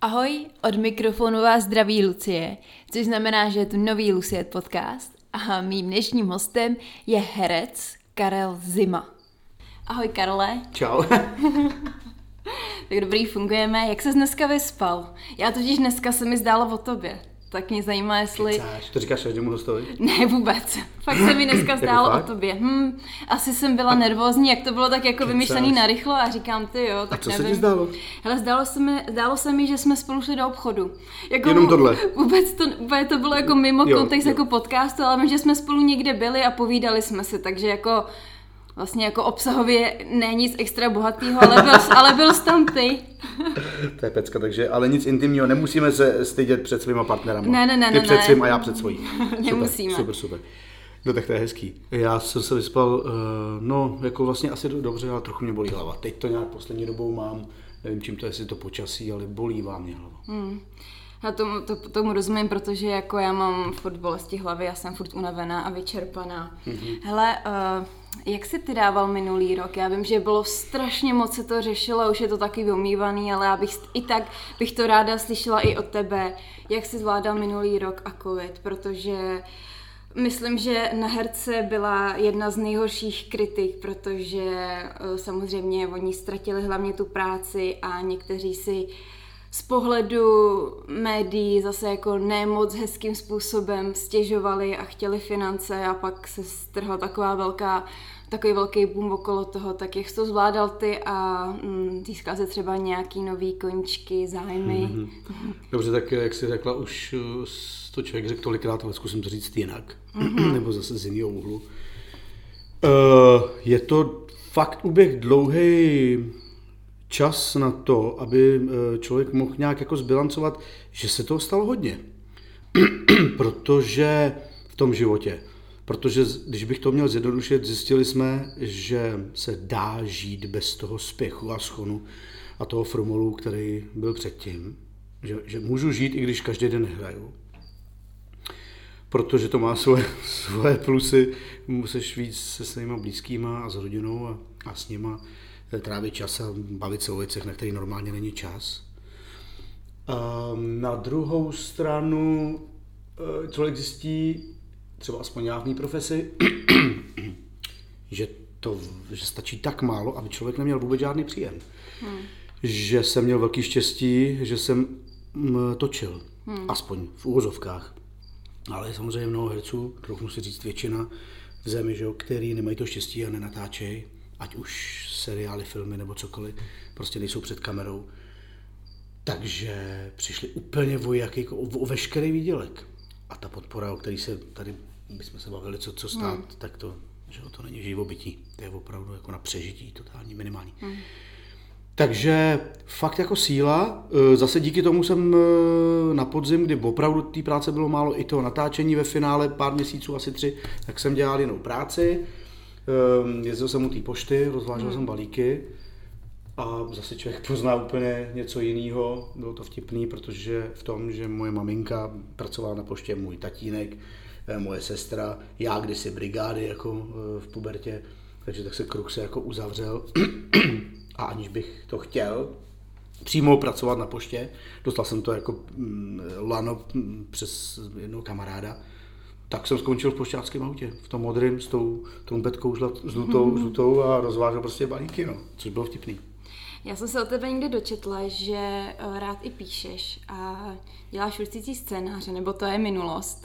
Ahoj, od mikrofonu vás zdraví Lucie, což znamená, že je tu nový Lucie podcast a mým dnešním hostem je herec Karel Zima. Ahoj Karle. Čau. Tak dobrý, fungujeme. Jak ses dneska vyspal? Já totiž dneska se mi zdálo o tobě. Tak mě zajímá, jestli... Kecáš, to říkáš každému hostovi? Ne, vůbec. Fakt se mi dneska zdálo o tobě. Asi jsem byla nervózní, jak to bylo tak jako vymyšlený narychlo a říkám, ty jo, tak a co nevím. se ti zdálo? Hele, zdálo se mi, že jsme spolu šli do obchodu. Jako jenom tohle? Vůbec to bylo jako mimo kontext jako podcastu, ale že jsme spolu někde byli a povídali jsme si, takže jako... Vlastně jako obsahově ne nic extra bohatýho, ale byl jsi tam ty. To je pecka, takže, ale nic intimního, nemusíme se stydět před svýma partnerama. Ne. Ty před svým a já před svojí. Nemusíme. Super. No tak to je hezký. Já jsem se vyspal, jako vlastně asi dobře, ale trochu mě bolí hlava. Teď to nějak poslední dobou mám, nevím čím to, jestli to počasí, ale bolívá mě hlava. Já tomu rozumím, protože jako já mám furt bolesti hlavy, já jsem furt unavená a vyčerpaná. Hele, jak jsi ty dával minulý rok? Já vím, že bylo strašně moc se to řešilo, už je to taky omývaný, ale já bych to ráda slyšela i od tebe. Jak jsi zvládal minulý rok a covid? Protože myslím, že na herce byla jedna z nejhorších kritik, protože samozřejmě oni ztratili hlavně tu práci a někteří si z pohledu médií zase jako nemoc hezkým způsobem stěžovali a chtěli finance a pak se strhla takový velký boom okolo toho, tak jak jsi to zvládal ty a získal se třeba nějaký nový koníčky, zájmy? Dobře, tak jak jsi řekla, už to člověk řekl tolikrát, ale zkusím to říct jinak, nebo zase z jiného úhlu. Je to fakt uběh dlouhý čas na to, aby člověk mohl nějak jako zbilancovat, že se toho stalo hodně. Protože v tom životě. Protože když bych to měl zjednodušit, zjistili jsme, že se dá žít bez toho spěchu a schonu a toho frumolu, který byl předtím. Že můžu žít, i když každý den nehraju. Protože to má svoje plusy. Musíš víc se svýma blízkýma a s rodinou a s nima trávit čas a bavit se o věcech, na který normálně není čas. Na druhou stranu člověk zjistí, třeba aspoň já v mý profesi, že stačí tak málo, aby člověk neměl vůbec žádný příjem. Že jsem měl velký štěstí, že jsem točil, aspoň v úvozovkách. Ale samozřejmě mnoho herců, trochu si říct většina v zemi, že, který nemají to štěstí a nenatáčejí, ať už seriály, filmy nebo cokoliv, prostě nejsou před kamerou. Takže přišli úplně o veškerý výdělek. A ta podpora, o který se tady bychom se bavili, co stát, tak to není živobytí. To je opravdu jako na přežití, totální, minimální. Takže fakt jako síla. Zase díky tomu jsem na podzim, kdy opravdu té práce bylo málo, i toho natáčení ve finále, pár měsíců, asi 3, tak jsem dělal jinou práci. Jezdil jsem u té pošty, rozvážel jsem balíky a zase člověk pozná úplně něco jiného. Bylo to vtipný, protože v tom, že moje maminka pracovala na poště, můj tatínek, moje sestra, já kdysi brigády jako v pubertě, takže tak se kruh se jako uzavřel a aniž bych to chtěl přímo pracovat na poště, dostal jsem to jako lano přes jednoho kamaráda, tak jsem skončil v pošťáckém autě, v tom modrým, s tou trumpetkou žlutou a rozvážel prostě balíky, což bylo vtipný. Já jsem se o tebe někde dočetla, že rád i píšeš a děláš určitý scénáře, nebo to je minulost?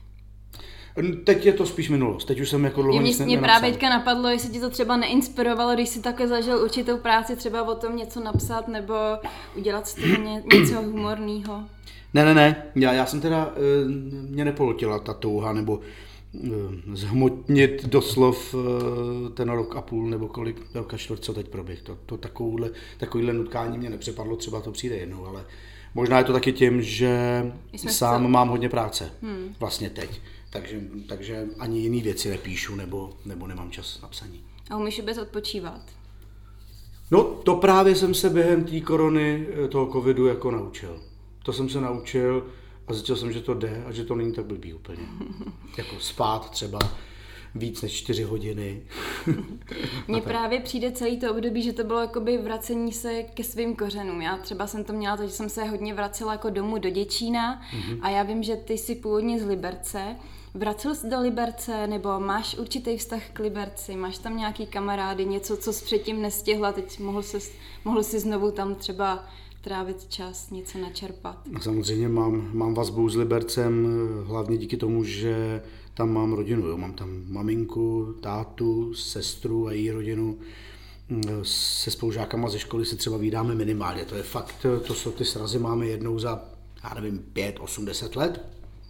Teď je to spíš minulost, teď už jsem jako dlouho nic nenapsal. Mě právě teďka napadlo, jestli ti to třeba neinspirovalo, když jsi také zažil určitou práci, třeba o tom něco napsat, nebo udělat z toho něco humorného. Ne, já jsem teda, mě nepolotila ta touha, nebo zhmotnit doslov ten rok a půl, nebo rok a čtvrt, co teď proběh. To takovýhle nutkání mě nepřepadlo, třeba to přijde jednou, ale možná je to taky tím, že sám mám hodně práce, vlastně teď. Takže ani jiný věci nepíšu, nebo nemám čas na psaní. A umíš vůbec odpočívat? No, to právě jsem se během té korony, toho covidu jako naučil. To jsem se naučil a zjistil jsem, že to jde a že to není tak blbý úplně. Jako spát třeba, víc než 4 hodiny. Mně právě přijde celý to období, že to bylo jakoby vracení se ke svým kořenům. Já třeba jsem to měla to, že jsem se hodně vracela jako domů do Děčína a já vím, že ty jsi původně z Liberce. Vracel jsi do Liberce, nebo máš určitý vztah k Liberci, máš tam nějaký kamarády, něco, co jsi předtím nestihla, teď mohl jsi znovu tam třeba trávit čas, něco načerpat? Samozřejmě mám vazbu s Libercem, hlavně díky tomu, že tam mám rodinu. Jo. Mám tam maminku, tátu, sestru a její rodinu. Se spolužákama ze školy se třeba vídáme minimálně. To je fakt, ty srazy máme jednou za, 5, 8, 10 let.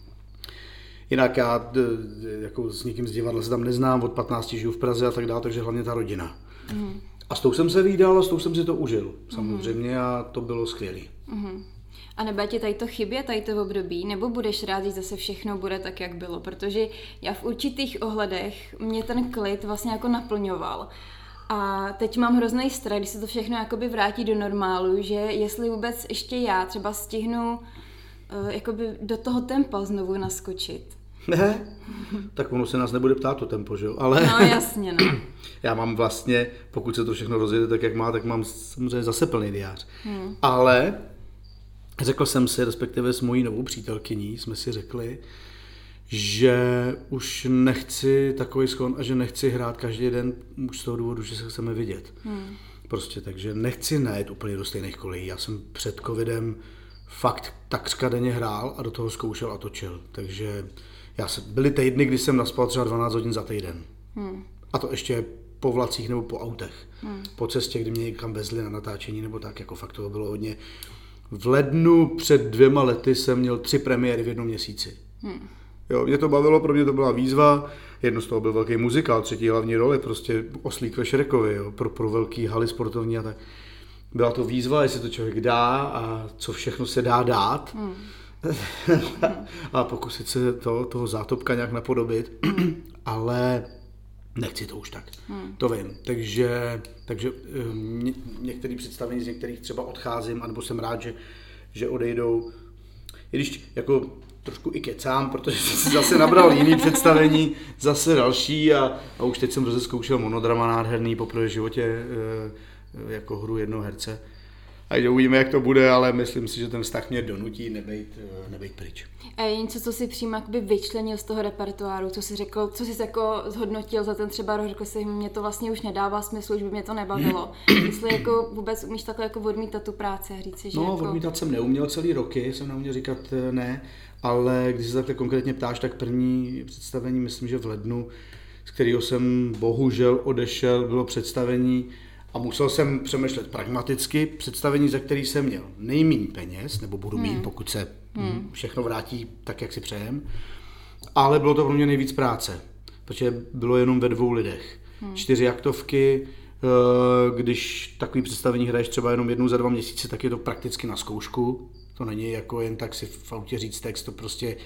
Jinak já jako s nikým z divadla se tam neznám, od 15 žiju v Praze a tak dále, takže hlavně ta rodina. A s tou jsem se vídal a s tou jsem si to užil, samozřejmě, a to bylo skvělý. A nebude ti tady to chybět, tady to období, nebo budeš rád, že zase všechno bude tak, jak bylo? Protože já v určitých ohledech mě ten klid vlastně jako naplňoval. A teď mám hrozný strach, když se to všechno jakoby vrátí do normálu, že jestli vůbec ještě já třeba stihnu jakoby do toho tempa znovu naskočit. Ne, tak ono se nás nebude ptát to tempo, že jo? Ale no jasně, no. Já mám vlastně, pokud se to všechno rozjede tak, jak má, tak mám samozřejmě zase plný diář. Ale řekl jsem si, respektive s mojí novou přítelkyní, jsme si řekli, že už nechci takový skon a že nechci hrát každý den už z toho důvodu, že se chceme vidět. Prostě, takže nechci najet úplně do stejných kolejí. Já jsem před covidem fakt takřka denně hrál a do toho zkoušel a točil. Takže byly týdny, kdy jsem naspal třeba 12 hodin za týden. A to ještě po vlacích nebo po autech. Po cestě, kdy mě někam vezli na natáčení nebo tak, jako fakt toho bylo hodně. V lednu před 2 lety jsem měl 3 premiéry v 1 měsíci. Jo, mě to bavilo, pro mě to byla výzva. Jedno z toho byl velký muzikál, 3. hlavní role, prostě Oslík ve Šrekovi, jo, pro velký haly sportovní a tak. Byla to výzva, jestli to člověk dá a co všechno se dá dát. A pokusit se toho Zátopka nějak napodobit, ale nechci to už tak. To vím. Takže některé představení, z některých třeba odcházím, anebo jsem rád, že odejdou. I když jako trošku i kecám, protože jsem si zase nabral jiný představení, zase další a už teď jsem rozezkoušel monodrama nádherný poprvé v životě jako hru jednoho herce. A uvidíme, jak to bude, ale myslím si, že ten vztah mě donutí nebejt pryč. A je něco, co si přímo vyčlenil z toho repertoáru, co jsi řekl, co jsi jako zhodnotil za ten třeba rok, řekl si, mě to vlastně už nedává smysl, že by mě to nebavilo. Jestli jako vůbec umíš takhle jako odmítat tu práci a říct si, že jako... odmítat jsem neuměl celý roky, jsem neuměl říkat ne, ale když se takhle konkrétně ptáš, tak první představení, myslím, že v lednu, z kterého jsem bohužel odešel, bylo představení a musel jsem přemýšlet pragmaticky, představení, za který jsem měl nejméně peněz, nebo budu mít, pokud se všechno vrátí tak, jak si přejem, ale bylo to pro mě nejvíc práce, protože bylo jenom ve 2 lidech. 4 aktovky, když takový představení hraješ třeba jenom 1 za 2 měsíce, tak je to prakticky na zkoušku. To není jako jen tak si v autě říct text, to prostě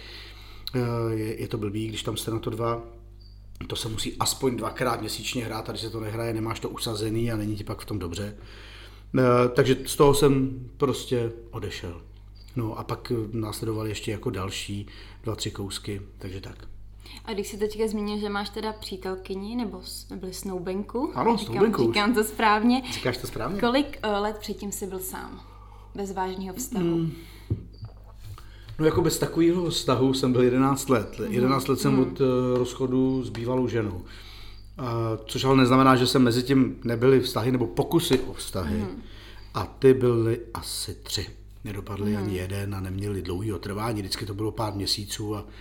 je to blbý, když tam jste na to 2. To se musí aspoň 2krát měsíčně hrát a když se to nehraje, nemáš to usazený a není ti pak v tom dobře. Takže z toho jsem prostě odešel. No a pak následovaly ještě jako další 2-3 kousky, takže tak. A když si teďka zmínil, že máš teda přítelkyni, nebo byli snoubenku? Ano, snoubenku. Říkám to správně. Říkáš to správně? Kolik let předtím jsi byl sám? Bez vážného vztahu? No jako bez takového vztahu jsem byl 11 let. 11 let jsem od rozchodu s bývalou ženou. Což ale neznamená, že jsem mezi tím nebyly vztahy nebo pokusy o vztahy. A ty byly asi 3. Nedopadly ani jeden a neměli dlouhého trvání. Vždycky to bylo pár měsíců a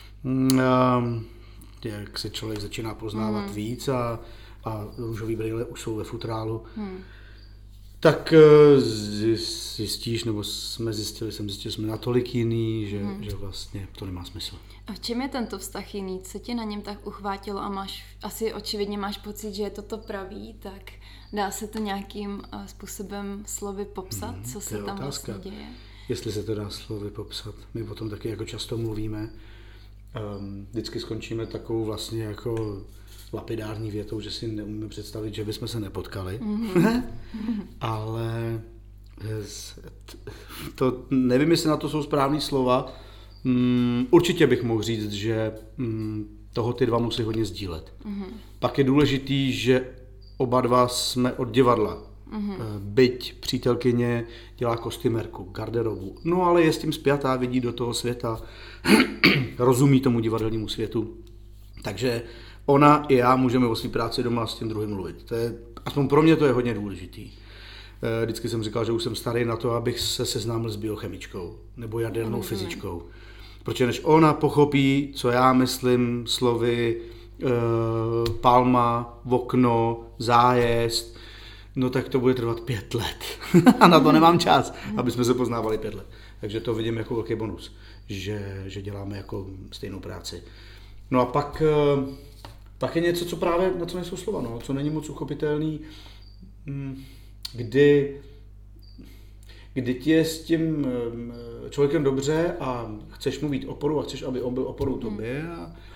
jak se člověk začíná poznávat víc a růžový brýle už jsou ve futrálu, tak zjistíš, nebo jsem zjistil, že jsme natolik jiný, že vlastně to nemá smysl. A v čem je tento vztah jiný? Co tě na něm tak uchvátilo a asi očividně máš pocit, že je to pravý, tak dá se to nějakým způsobem slovy popsat, co se tam otázka. vlastně děje? Jestli se to dá slovy popsat. My o tom taky jako často mluvíme. Vždycky skončíme takovou vlastně jako lapidární větou, že si neumíme představit, že bychom se nepotkali. Ale to nevím, jestli na to jsou správný slova. Určitě bych mohl říct, že toho ty dva musí hodně sdílet. Pak je důležitý, že oba dva jsme od divadla. Byť přítelkyně dělá kostýmerku, garderobu, no ale je s tím spjatá, vidí do toho světa, rozumí tomu divadelnímu světu. Takže ona i já můžeme o své práci doma s tím druhým mluvit. To je, aspoň pro mě to je hodně důležitý. Vždycky jsem říkal, že už jsem starý na to, abych se seznámil s biochemičkou nebo jadernou fyzičkou. Protože než ona pochopí, co já myslím slovy palma, okno, zájezd, no tak to bude trvat 5 let. A na to nemám čas, aby jsme se poznávali 5 let. Takže to vidím jako velký bonus, že děláme jako stejnou práci. No a pak je něco, co právě, na co nejsou slova, no, co není moc uchopitelný, kdy ti je s tím člověkem dobře a chceš mu být oporou a chceš, aby on byl oporou tobě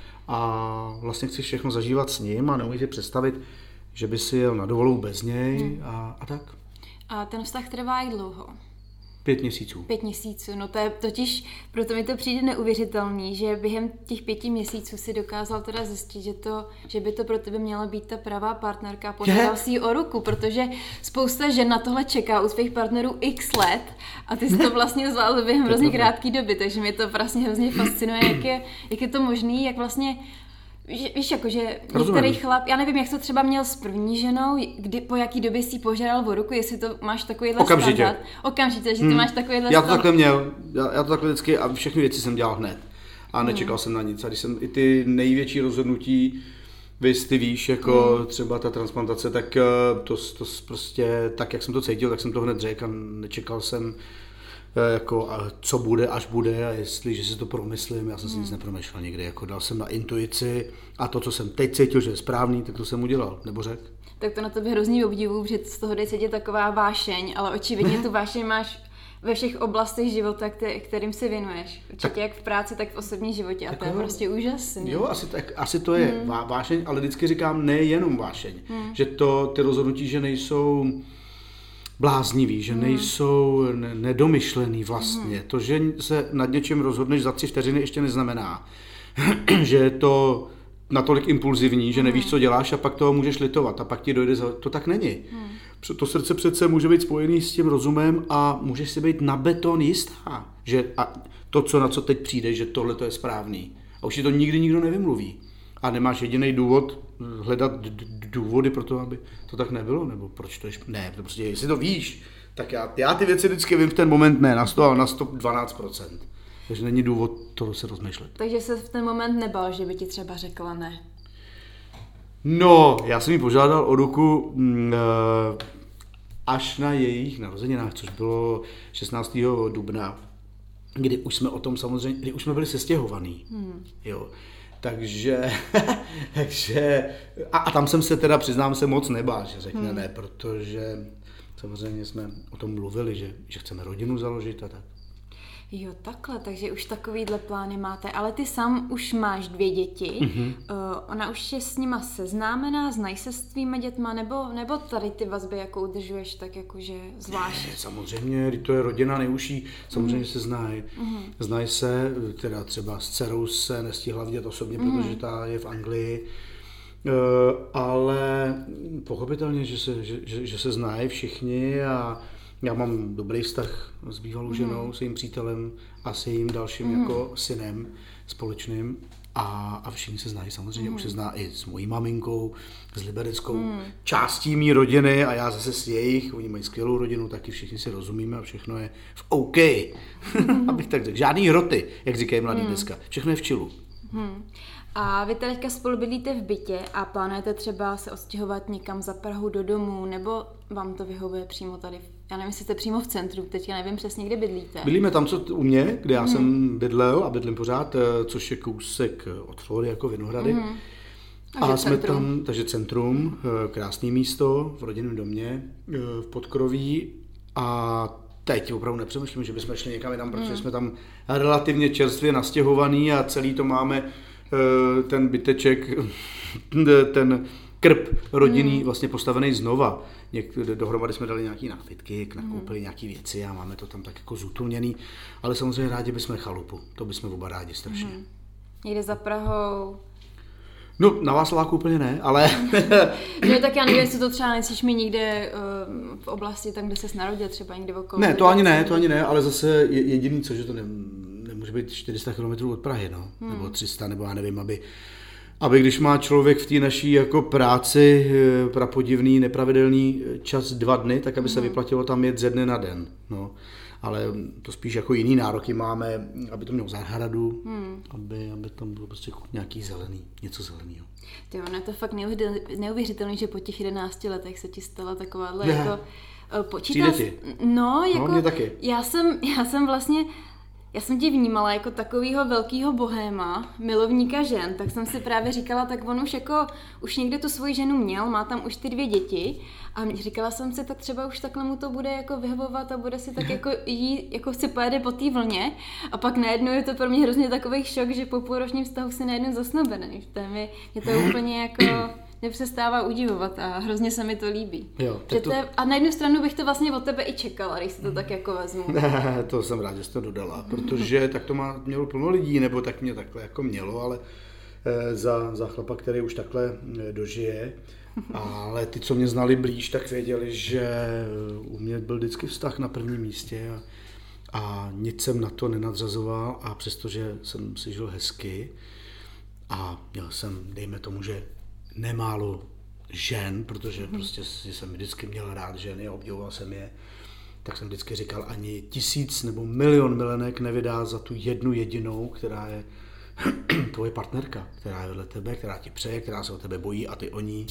a vlastně chceš všechno zažívat s ním a neumíš si představit, že by si jel na dovolenou bez něj a tak. A ten vztah trvá jak dlouho? 5 měsíců. 5 měsíců, no to je totiž, proto mi to přijde neuvěřitelný, že během těch 5 měsíců si dokázal teda zjistit, že by to pro tebe měla být ta pravá partnerka a požádal si ji o ruku, protože spousta žen na tohle čeká u svých partnerů x let a ty jsi to vlastně zvládl během hrozně krátké doby, takže mě to vlastně hrozně fascinuje, jak je to možný, jak vlastně víš, jakože některý chlap, já nevím, jak to třeba měl s první ženou, po jaký době si požádal o ruku, jestli to máš takovýhle standard. Okamžitě, že ty máš takovýhle standard. Já to takhle měl, já to takhle vždycky a všechny věci jsem dělal hned a nečekal jsem na nic. A když jsem i ty největší rozhodnutí, ty víš, jako třeba ta transplantace, tak to prostě, tak jak jsem to cítil, tak jsem to hned řekl a nečekal jsem, jako, co bude, až bude a jestliže si to promyslím, já jsem si nic nepromýšlel nikdy, jako dal jsem na intuici a to, co jsem teď cítil, že je správný, tak to jsem udělal, nebo řekl. Tak to na tobě hrozný obdivu, že z toho jde cítit taková vášeň, ale očividně tu vášeň máš ve všech oblastech života, kterým se věnuješ. Určitě jak v práci, tak v osobním životě a to je prostě úžasný. Jo, asi to je vášeň, ale vždycky říkám nejenom vášeň, že ty rozhodnutí, že nejsou bláznivý, že nejsou nedomyšlený vlastně. To, že se nad něčem rozhodneš za 3 vteřiny ještě neznamená, že je to natolik impulzivní, že nevíš, co děláš a pak toho můžeš litovat a pak ti dojde, to tak není. To srdce přece může být spojený s tím rozumem a můžeš si být na beton jistá, že na co teď přijdeš, že tohle to je správný. A už si to nikdy nikdo nevymluví. A nemáš jediný důvod hledat důvody pro to, aby to tak nebylo, nebo proč to ještě... Ne, to prostě, jestli to víš, tak já ty věci vždycky vím v ten moment ne na 100, ale na 112%. Takže není důvod to se rozmýšlet. Takže se v ten moment nebál, že by ti třeba řekla ne? No, já jsem jí požádal o ruku až na jejich narozeninách, což bylo 16. dubna, kdy už jsme o tom samozřejmě, kdy už jsme byli sestěhovaný. Jo. Takže a tam jsem se teda, přiznám se, moc nebál, že řekne ne, protože samozřejmě jsme o tom mluvili, že chceme rodinu založit a tak. Jo, takhle, takže už takovýhle plány máte, ale ty sám už máš 2 děti, ona už je s nima seznámená, znají se s tvýma dětma, nebo tady ty vazby jako udržuješ tak jakože zvlášť? Ne, samozřejmě, když to je rodina neužší, samozřejmě se znají. Znají se, teda třeba s dcerou se nestihla vidět osobně, protože ta je v Anglii, ale pochopitelně, že se znají všichni a já mám dobrý vztah s bývalou ženou, s jejím přítelem a s jejím dalším jako synem společným a všichni se znají samozřejmě, už se zná i s mojí maminkou, s libereckou částí mý rodiny a já zase s jejich, oni mají skvělou rodinu, taky všichni si rozumíme a všechno je v OK, abych tak řekl, žádný hroty, jak říkají mladý dneska, všechno je v chillu. A vy teďka spolu bydlíte v bytě a plánujete třeba se odstěhovat někam za Prahu do domu, nebo vám to vyhovuje přímo tady? Já nevím, jestli jste přímo v centru, teďka nevím přesně, kde bydlíte. Bydlíme tam, co u mě, kde já jsem bydlel a bydlím pořád, což je kousek od Flory, jako Vinohrady. A jsme tam, takže centrum, krásné místo v rodinném domě v Podkroví a teď opravdu nepřemýšlím, že bychom šli někam jinam, protože jsme tam relativně čerstvě nastěhovaný a celý to máme ten byteček, ten krb rodinný vlastně postavený znova. Dohromady jsme dali nějaký nábytky, nakoupili nějaký věci a máme to tam tak jako zútulněný, ale samozřejmě rádi bychom chalupu, to bychom oba rádi strašně. Někde za Prahou? No, na Václaváku úplně ne, ale... No, tak já nevím, jestli to třeba necíš mi někde v oblasti, tam, kde ses narodil, třeba někde okolo. Ne, to ani ne, ale zase jediný co, že to nemůže být 400 km od Prahy, no, nebo 300, nebo já nevím, aby když má člověk v té naší jako práci prapodivný, nepravidelný čas 2 dny, tak aby se vyplatilo tam jet ze dne na den, no. Ale to spíš jako jiný nároky máme, aby to mělo zahradu, aby tam bylo prostě nějaký zelený, něco zeleného. Ty ono je to fakt neuvěřitelné, že po těch 11 letech se ti stala takováhle jako počítal. No, jako mě taky. Já jsem vlastně Já jsem tě vnímala jako takovýho velkýho bohéma, milovníka žen, tak jsem si právě říkala, tak on už někde tu svoji ženu měl, má tam už ty 2 děti a říkala jsem si, tak třeba už takhle mu to bude jako vyhovovat a bude si tak jako jí, jako si pojede po té vlně a pak najednou je to pro mě hrozně takový šok, že po půlročním vztahu si najednou zasnobený. Mě to úplně jako nepřestává udivovat a hrozně se mi to líbí. Jo, a na jednu stranu bych to vlastně od tebe i čekala, když si to tak jako vezmu. To jsem rád, že jsi to dodala, protože tak to mělo plno lidí, nebo tak mě takhle jako mělo, ale za chlapa, který už takhle dožije. Ale ty, co mě znali blíž, tak věděli, že u mě byl vždycky vztah na prvním místě a nic jsem na to nenadřazoval a přestože jsem si žil hezky a měl jsem, dejme tomu, že nemálo žen, protože prostě jsem vždycky měl rád ženy a obdivoval jsem je, tak jsem vždycky říkal, ani 1000 nebo 1 000 000 milenek nevydá za tu jednu jedinou, která je tvoje partnerka, která je vedle tebe, která ti přeje, která se o tebe bojí a ty o ní.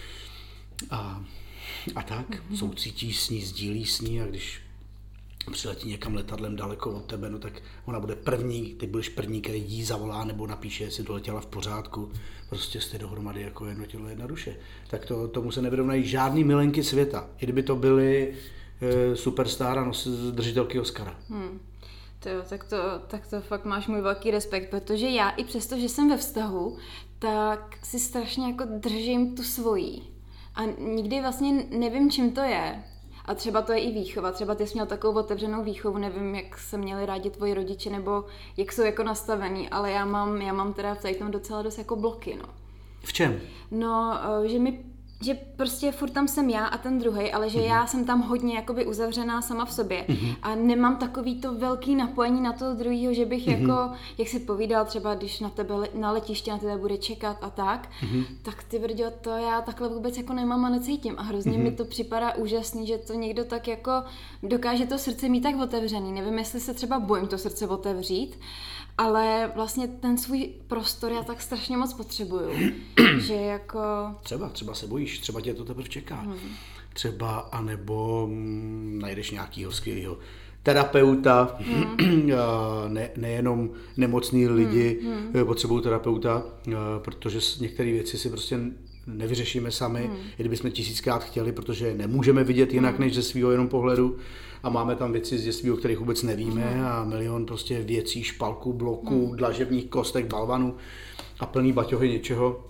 A tak, soucítí s ní, sdílí s ní a když přiletí někam letadlem daleko od tebe, no tak ona bude první, ty budeš první, který jí zavolá nebo napíše, jestli doletěla v pořádku, prostě jste dohromady jako jedno tělo, jedna duše. Tak tomu se nevyrovnají žádný milenky světa, i kdyby to byly superstar a držitelky Oscara. Tak to fakt máš můj velký respekt, protože já i přesto, že jsem ve vztahu, tak si strašně jako držím tu svojí. A nikdy vlastně nevím, čím to je. A třeba to je i výchova, třeba ty jsi měl takovou otevřenou výchovu, nevím, jak se měli rádi tvoji rodiče, nebo jak jsou jako nastavený, ale já mám teda v tady tom docela dost jako bloky, no. V čem? No, že prostě furt tam jsem já a ten druhej, ale že já jsem tam hodně jakoby uzavřená sama v sobě a nemám takový to velký napojení na toho druhýho, že bych jako, jak si povídal třeba, když na tebe na letiště na tebe bude čekat a tak ty brďo, to já takhle vůbec jako nemám a necítím a hrozně mi to připadá úžasný, že to někdo tak jako dokáže to srdce mít tak otevřený. Nevím, jestli se třeba bojím to srdce otevřít, ale vlastně ten svůj prostor já tak strašně moc potřebuju, že jako... Třeba se bojíš, třeba tě to teprve čeká. Třeba, anebo najdeš nějakýho skvělého terapeuta, nejenom nemocný lidi potřebují terapeuta, protože některé věci si prostě nevyřešíme sami, i kdybychom 1000krát chtěli, protože nemůžeme vidět jinak než ze svého jenom pohledu a máme tam věci z dětství, o kterých vůbec nevíme a milion prostě věcí, špalků, bloků, dlažebních kostek, balvanů a plný baťohy něčeho.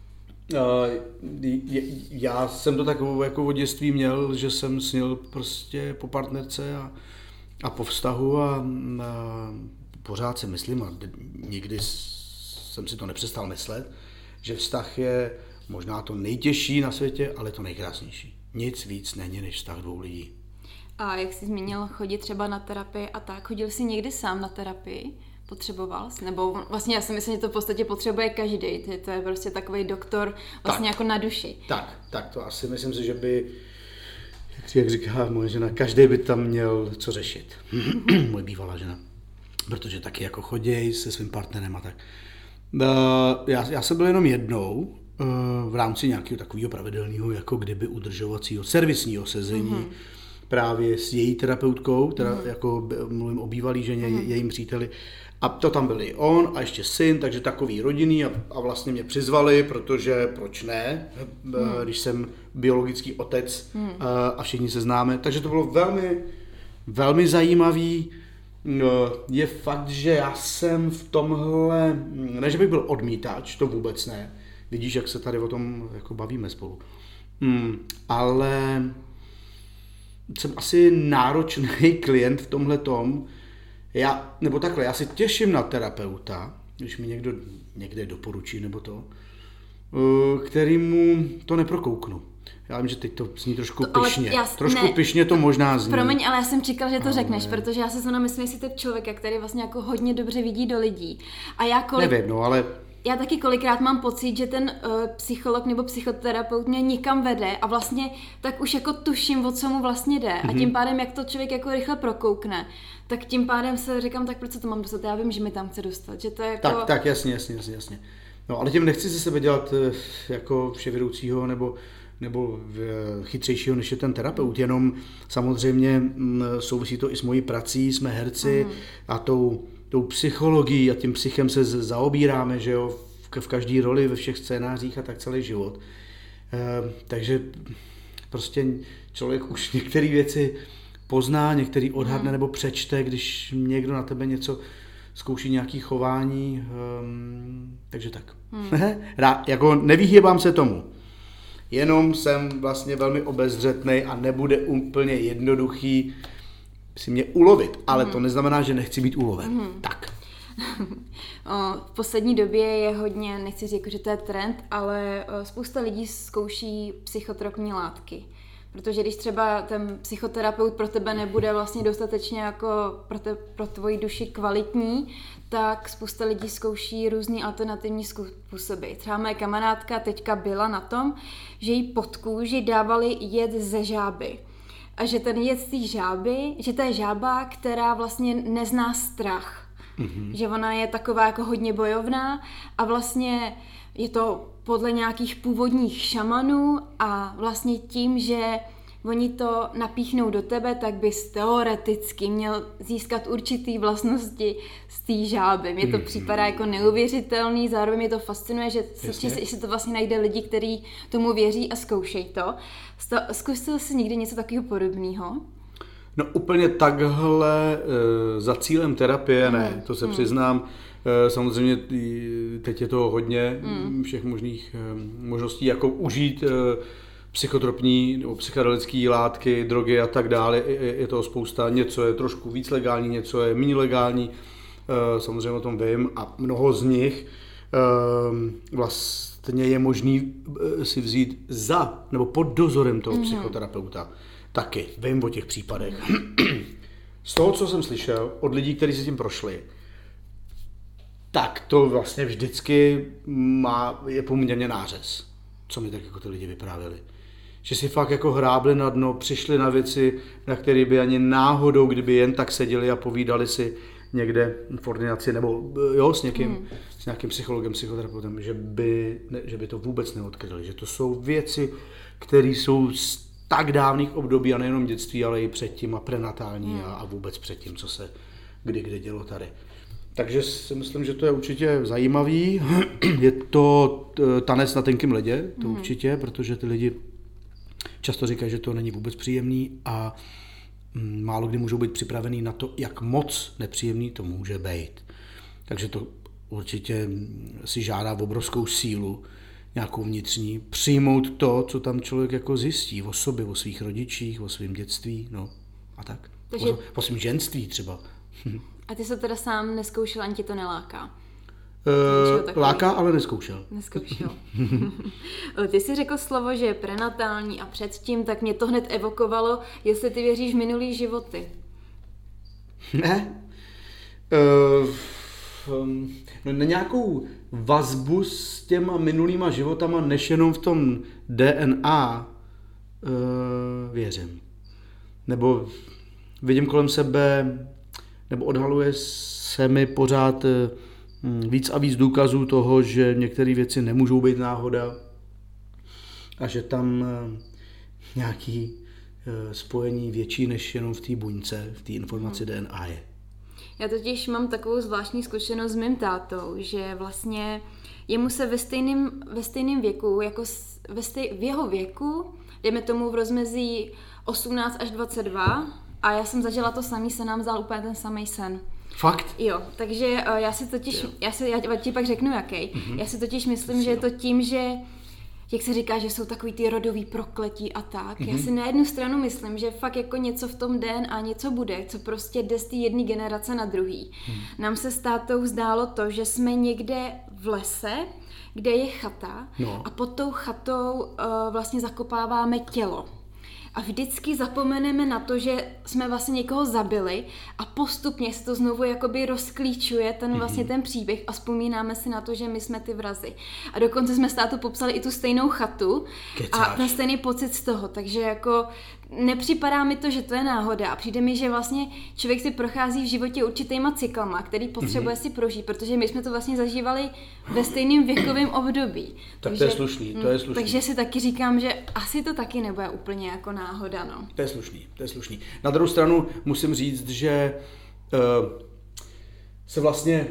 Já jsem to tak jako od dětství měl, že jsem snil prostě po partnerce a po vztahu a pořád si myslím a nikdy jsem si to nepřestal myslet, že vztah je možná to nejtěžší na světě, ale to nejkrásnější. Nic víc není než vztah 2 lidí. A jak jsi zmínil chodit třeba na terapii a tak, chodil jsi někdy sám na terapii? Potřeboval jsi? Nebo vlastně já si myslím, že to v podstatě potřebuje každý. To je prostě takový doktor vlastně jako na duši. Tak to asi myslím si, že by, jak říká moje žena, každý by tam měl co řešit. Moje bývalá žena. Protože taky jako choděj se svým partnerem a tak. Já jsem byl jenom jednou v rámci nějakého takového pravidelného jako kdyby udržovacího servisního sezení právě s její terapeutkou, teda jako mluvím o bývalý ženě, jejím příteli. A to tam byl i on a ještě syn, takže takový rodinný a vlastně mě přizvali, protože proč ne, když jsem biologický otec a všichni se známe. Takže to bylo velmi, velmi zajímavý. Je fakt, že já jsem v tomhle, ne že bych byl odmítač, to vůbec ne. Vidíš, jak se tady o tom jako bavíme spolu. Ale jsem asi náročný klient v tomhletom. Já si těším na terapeuta, když mi někdo někde doporučí nebo to, kterýmu to neprokouknu. Já vím, že teď to zní trošku pyšně. Pyšně to možná zní. Promiň, ale já jsem čekal, že to řekneš, protože já se zrovna myslím, jestli typ člověka, který vlastně jako hodně dobře vidí do lidí. A já nevím, ale... Já taky kolikrát mám pocit, že ten psycholog nebo psychoterapeut mě nikam vede a vlastně tak už jako tuším, o co mu vlastně jde. A tím pádem, jak to člověk jako rychle prokoukne, tak tím pádem se říkám, tak proč se to mám dostat? Já vím, že mi tam chce dostat. Že to je jako... Tak, jasně. No, ale tím nechci ze sebe dělat jako vševědoucího nebo chytřejšího, než je ten terapeut, jenom samozřejmě souvisí to i s mojí prací, jsme herci a tou psychologií a tím psychem se zaobíráme, že jo, v každé roli, ve všech scénářích a tak celý život. Takže prostě člověk už některé věci pozná, některý odhadne nebo přečte, když někdo na tebe něco zkouší, nějaké chování, takže tak. Jako nevyhýbám se tomu. Jenom jsem vlastně velmi obezřetnej a nebude úplně jednoduchý si mě ulovit, ale to neznamená, že nechci být uloven. Tak. V poslední době je hodně, nechci říct, že to je trend, ale spousta lidí zkouší psychotropní látky. Protože když třeba ten psychoterapeut pro tebe nebude vlastně dostatečně jako pro tvoji duši kvalitní, tak spousta lidí zkouší různý alternativní způsoby. Třeba moje kamarádka teďka byla na tom, že jí pod kůži dávali jed ze žáby. A že ten jed z té žáby, že to je žába, která vlastně nezná strach. Že ona je taková jako hodně bojovná a vlastně je to podle nějakých původních šamanů a vlastně tím, že oni to napíchnou do tebe, tak bys teoreticky měl získat určitý vlastnosti z té žáby. Mně to připadá jako neuvěřitelný, zároveň mě to fascinuje, že se to vlastně najde lidi, kteří tomu věří a zkoušejí to. Zkusil jsi někdy něco takového podobného? No úplně takhle za cílem terapie ne, to se přiznám. Samozřejmě teď je to hodně všech možných možností, jako užít psychotropní nebo psychedelické látky, drogy a tak dále. Je toho spousta, něco je trošku víc legální, něco je méně legální, samozřejmě o tom vím a mnoho z nich vlastně je možný si vzít za nebo pod dozorem toho psychoterapeuta. Taky vím o těch případech. Z toho, co jsem slyšel od lidí, kteří si tím prošli, tak to vlastně vždycky je poměrně nářez, co mi tak jako ty lidi vyprávěli. Že si fakt jako hrábli na dno, přišli na věci, na které by ani náhodou, kdyby jen tak seděli a povídali si někde v ordinaci nebo s nějakým psychologem, psychoterapeutem, že by to vůbec neodkryli. Že to jsou věci, které jsou z tak dávných období a nejenom dětství, ale i předtím a prenatální a vůbec předtím, co se kde dělo tady. Takže si myslím, že to je určitě zajímavý. Je to tanec na tenkém ledě, to určitě, protože ty lidi často říkají, že to není vůbec příjemný a málo kdy můžou být připravený na to, jak moc nepříjemný to může být. Takže to určitě si žádá obrovskou sílu, nějakou vnitřní, přijmout to, co tam člověk jako zjistí o sobě, o svých rodičích, o svém dětství, no a tak. Takže... O svém ženství třeba. A ty se teda sám neskoušel, ani tě to neláká? Láká, ale neskoušel. Ty jsi řekl slovo, že je prenatální a předtím, tak mě to hned evokovalo, jestli ty věříš v minulý životy. Ne. Na nějakou vazbu s těma minulýma životama, než jenom v tom DNA věřím. Nebo vidím kolem sebe, nebo odhaluje se mi pořád víc a víc důkazů toho, že některé věci nemůžou být náhoda a že tam nějaký spojení větší než jenom v té buňce, v té informaci DNA je. Já totiž mám takovou zvláštní zkušenost s mým tátou, že vlastně jemu se ve stejném věku, jako v jeho věku, dejme tomu v rozmezí 18 až 22, a já jsem zažila to samý, se nám vzal úplně ten samý sen. Fakt? Jo, takže já ti pak řeknu jaký. Já si totiž myslím, že je to tím, že jak se říká, že jsou takový ty rodový prokletí a tak. Já si na jednu stranu myslím, že fakt jako něco v tom DNA něco bude, co prostě jde z té jedné generace na druhý. Nám se s tátou zdálo to, že jsme někde v lese, kde je chata a pod tou chatou vlastně zakopáváme tělo. A vždycky zapomeneme na to, že jsme vlastně někoho zabili a postupně se to znovu jakoby rozklíčuje ten vlastně ten příběh a vzpomínáme si na to, že my jsme ty vrazi. A dokonce jsme s tátou popsali i tu stejnou chatu a ten stejný pocit z toho, takže jako nepřipadá mi to, že to je náhoda a přijde mi, že vlastně člověk si prochází v životě určitýma cyklama, který potřebuje si prožít, protože my jsme to vlastně zažívali ve stejném věkovém období. Tak to je slušný, Takže si taky říkám, že asi to taky nebude úplně jako náhoda, no. To je slušný. Na druhou stranu musím říct, že se vlastně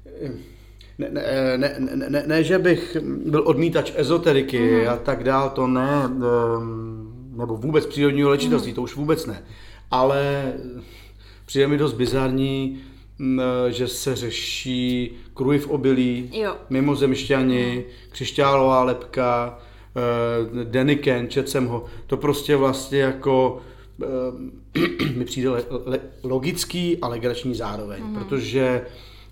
ne, že bych byl odmítač ezoteriky a tak dál, to ne, nebo vůbec přírodního léčitelství, to už vůbec ne. Ale přijde mi dost bizarní, že se řeší kruhy v obilí, mimozemšťani, křišťálová lebka, Deniken, četl jsem ho. To prostě vlastně jako mi přijde logický a legrační zároveň, protože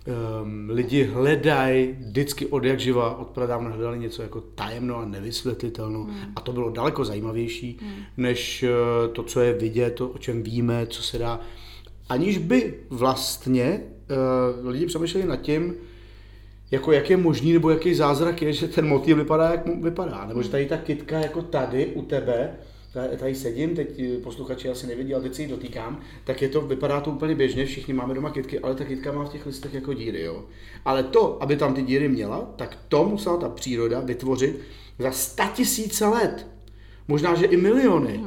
lidi hledají vždycky od jak živa, od pradávna hledali něco jako tajemno a nevysvětlitelno a to bylo daleko zajímavější, než to, co je vidět, to, o čem víme, co se dá. Aniž by vlastně lidi přemýšleli nad tím, jako jak je možný, nebo jaký zázrak je, že ten motýl vypadá, jak vypadá, nebo že tady ta kytka jako tady u tebe, tady sedím, teď posluchači asi nevidí, ale teď si ji dotýkám, tak vypadá to úplně běžně, všichni máme doma kytky, ale ta kytka má v těch listech jako díry, jo. Ale to, aby tam ty díry měla, tak to musela ta příroda vytvořit za 100 000 let. Možná, že i miliony.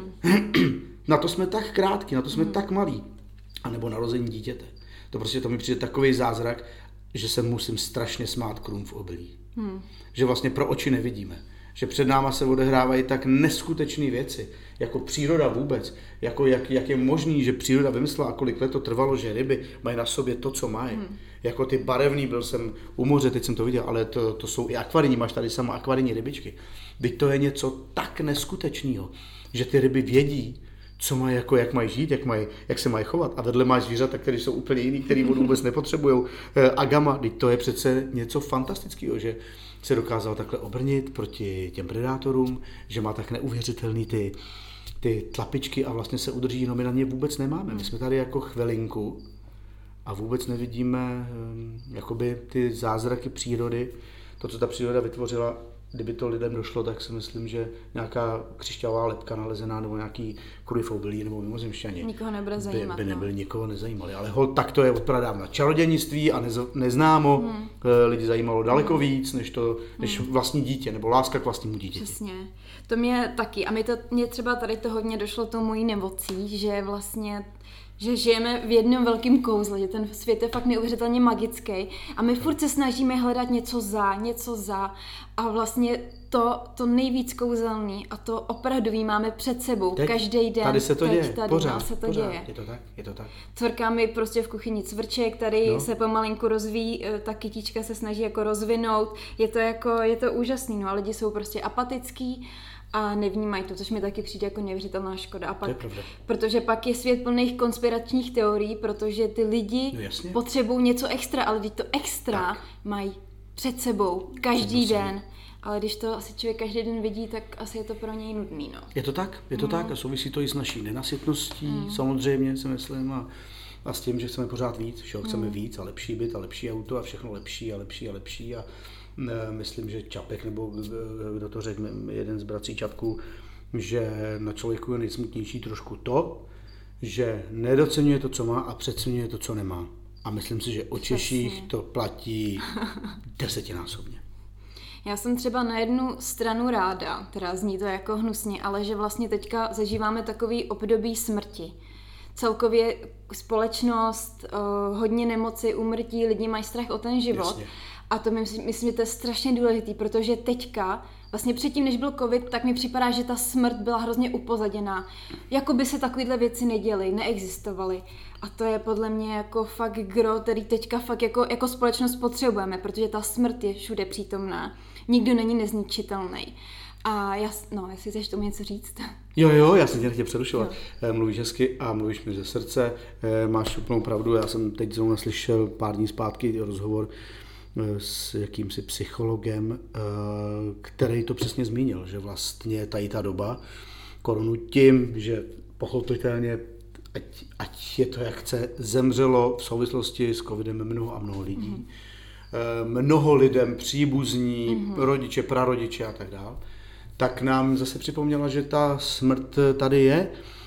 Na to jsme tak krátký, na to jsme tak malí. A nebo narození dítěte. To mi přijde takový zázrak, že se musím strašně smát krům v obilí. Že vlastně pro oči nevidíme. Že před náma se odehrávají tak neskutečné věci, jako příroda vůbec, jako jak je možný, že příroda vymyslela a kolik let to trvalo, že ryby mají na sobě to, co mají. Jako ty barevný, byl jsem u moře, teď jsem to viděl, ale to jsou i akvarijní, máš tady sama akvarijní rybičky. Teď to je něco tak neskutečného, že ty ryby vědí, co mají, jako jak mají žít, jak se mají chovat. A vedle máš zvířata, které jsou úplně jiný, který vodu vůbec nepotřebujou. Agama, teď to je přece něco fantastického, že se dokázal takhle obrnit proti těm predátorům, že má tak neuvěřitelný ty tlapičky a vlastně se udrží, no my na ně vůbec nemáme. My jsme tady jako chvilinku a vůbec nevidíme jakoby ty zázraky přírody, to, co ta příroda vytvořila. Kdyby to lidem došlo, tak si myslím, že nějaká křišťálová lebka nalezená nebo nějaký kruhy v obilí nebo mimozemšťani nikoho nebude zajímat, by nebyli nikoho nezajímali. Ale tak to je od pradávna. Čarodějnictví a neznámo lidi zajímalo daleko víc, než vlastní dítě nebo láska k vlastnímu dítěti. Přesně. To mě taky. A mě třeba tady to hodně došlo tou mojí nemocí, že vlastně že žijeme v jednom velkém kouzle, že ten svět je fakt neuvěřitelně magický a my furt se snažíme hledat něco za a vlastně to nejvíc kouzelný a to opravdový máme před sebou každý den. Tady se to děje, pořád. Děje. Je to tak. Cvrká mi prostě v kuchyni cvrček, tady se pomalinku rozvíjí, ta kytička se snaží jako rozvinout, je to úžasný, no a lidi jsou prostě apatický a nevnímají to, což mi taky přijde jako neuvěřitelná škoda. A pak, protože pak je svět plných konspiračních teorií, protože ty lidi potřebují něco extra, ale když to extra mají před sebou každý den. Ale když to asi člověk každý den vidí, tak asi je to pro něj nudný. No. Je to tak a souvisí to i s naší nenasytností, samozřejmě si myslím, a s tím, že chceme pořád víc, že chceme víc a lepší byt a lepší auto a všechno lepší a myslím, že Čapek, nebo kdo to řekl, jeden z bratří Čapků, že na člověku je nejsmutnější trošku to, že nedoceňuje to, co má a přeceňuje to, co nemá. A myslím si, že o Češích to platí 10násobně. Já jsem třeba na jednu stranu ráda, teda zní to jako hnusně, ale že vlastně teďka zažíváme takový období smrti. Celkově společnost, hodně nemoci, úmrtí, lidi mají strach o ten život. Jasně. A to myslím, že to je strašně důležitý, protože teďka, vlastně předtím, než byl covid, tak mi připadá, že ta smrt byla hrozně upozaděná. Jako by se takovéhle věci neděly, neexistovaly. A to je podle mě jako fakt gro, který teďka fakt jako společnost potřebujeme, protože ta smrt je všude přítomná. Nikdo není nezničitelný. A jestli chceš tomu něco říct. Jo, já jsem tě nechtěl přerušovat. Mluvíš hezky a mluvíš mi ze srdce. Máš úplnou pravdu. Já jsem teď zrovna slyšel pár dní zpátky rozhovor s jakýmsi psychologem, který to přesně zmínil, že vlastně tady ta doba korunu tím, že pochopitelně, ať je to jak chce, zemřelo v souvislosti s covidem mnoho a mnoho lidí. Mnoho lidem příbuzní, rodiče, prarodiče a tak dále, tak nám zase připomněla, že ta smrt tady je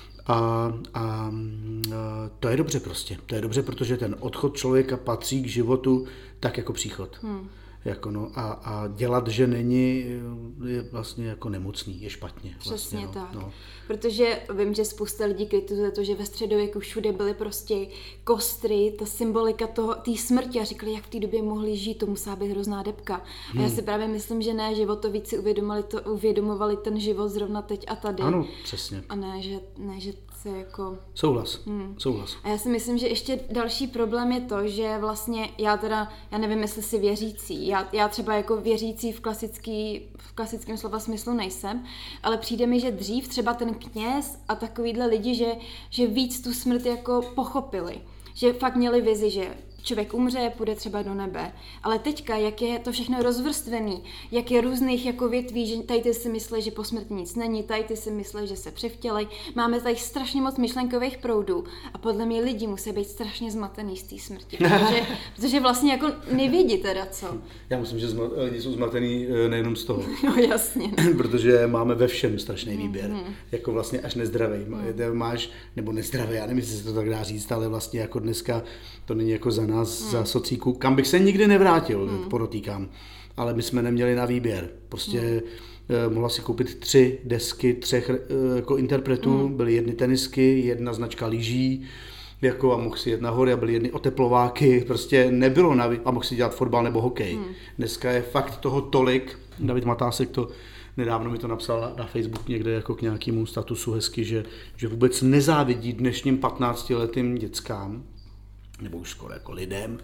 a to je dobře prostě. To je dobře, protože ten odchod člověka patří k životu tak jako příchod. Jako no, a dělat, že není, je vlastně jako nemocný, je špatně. Přesně vlastně, tak. No. Protože vím, že spousta lidí kritizuje to, že ve středověku všude byly prostě kostry, ta symbolika té smrti a říkali, jak v té době mohli žít, to musela být hrozná debka. A já si právě myslím, že ne, že o to víc si uvědomovali ten život zrovna teď a tady. Ano, přesně. A ne, že se jako... Souhlas. A já si myslím, že ještě další problém je to, že vlastně já nevím, jestli si věřící. Já třeba jako věřící v klasickém slova smyslu nejsem, ale přijde mi, že dřív třeba ten kněz a takovýhle lidi, že víc tu smrt jako pochopili. Že fakt měli vizi, že člověk umře, půjde třeba do nebe. Ale teďka, jak je to všechno rozvrstvený, jak je různých jako větví, že tady ty si myslí, že po smrti nic není, tady ty si myslí, že se převtělej. Máme tady strašně moc myšlenkových proudů a podle mě lidi musí být strašně zmatený z té smrti, protože vlastně jako nevědí teda co. Já myslím, že lidi jsou zmatený nejenom z toho. No jasně. Protože máme ve všem strašný výběr. Jako vlastně až nezdravý. Máš, nebo nezdravý, já nevím, jestli se to tak dá říct, ale vlastně jako dneska to není jako za nás, za socíku, kam bych se nikdy nevrátil, podotýkám. Ale my jsme neměli na výběr. Prostě mohla si koupit 3 desky 3 jako interpretů, byly jedny tenisky, jedna značka lyží, jako a mohl si jet nahoře a byly jedny oteplováky, prostě nebylo a mohl si dělat fotbal nebo hokej. Dneska je fakt toho tolik, David Matásek to nedávno mi to napsal na Facebook někde jako k nějakému statusu hezky, že vůbec nezávidí dnešním 15letým dětskám, nebo už skoro jako lidem,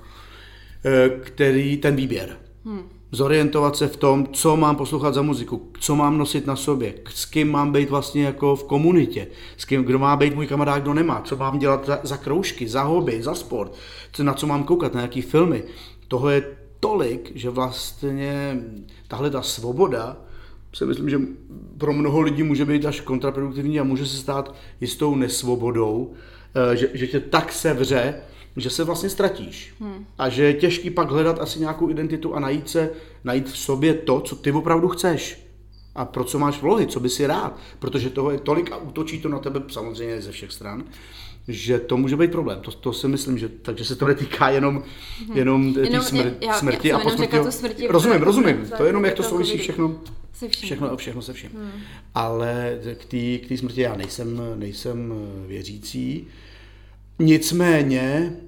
který ten výběr. Zorientovat se v tom, co mám poslouchat za muziku, co mám nosit na sobě, s kým mám být vlastně jako v komunitě, s kým, kdo má být můj kamarád, kdo nemá, co mám dělat za kroužky, za hobby, za sport, na co mám koukat, na jaký filmy. Toho je tolik, že vlastně tahle ta svoboda si myslím, že pro mnoho lidí může být až kontraproduktivní a může se stát jistou nesvobodou, že tě tak sevře, že se vlastně ztratíš. A že je těžký pak hledat asi nějakou identitu a najít v sobě to, co ty opravdu chceš. A pro co máš vlohy, co by si rád. Protože toho je tolik a útočí to na tebe samozřejmě ze všech stran, že to může být problém. To si myslím, že takže se to netýká jenom té smrti. Já a smrti. Rozumím. To je jenom, jak to souvisí všechno se vším. Ale k té smrti já nejsem věřící. Nicméně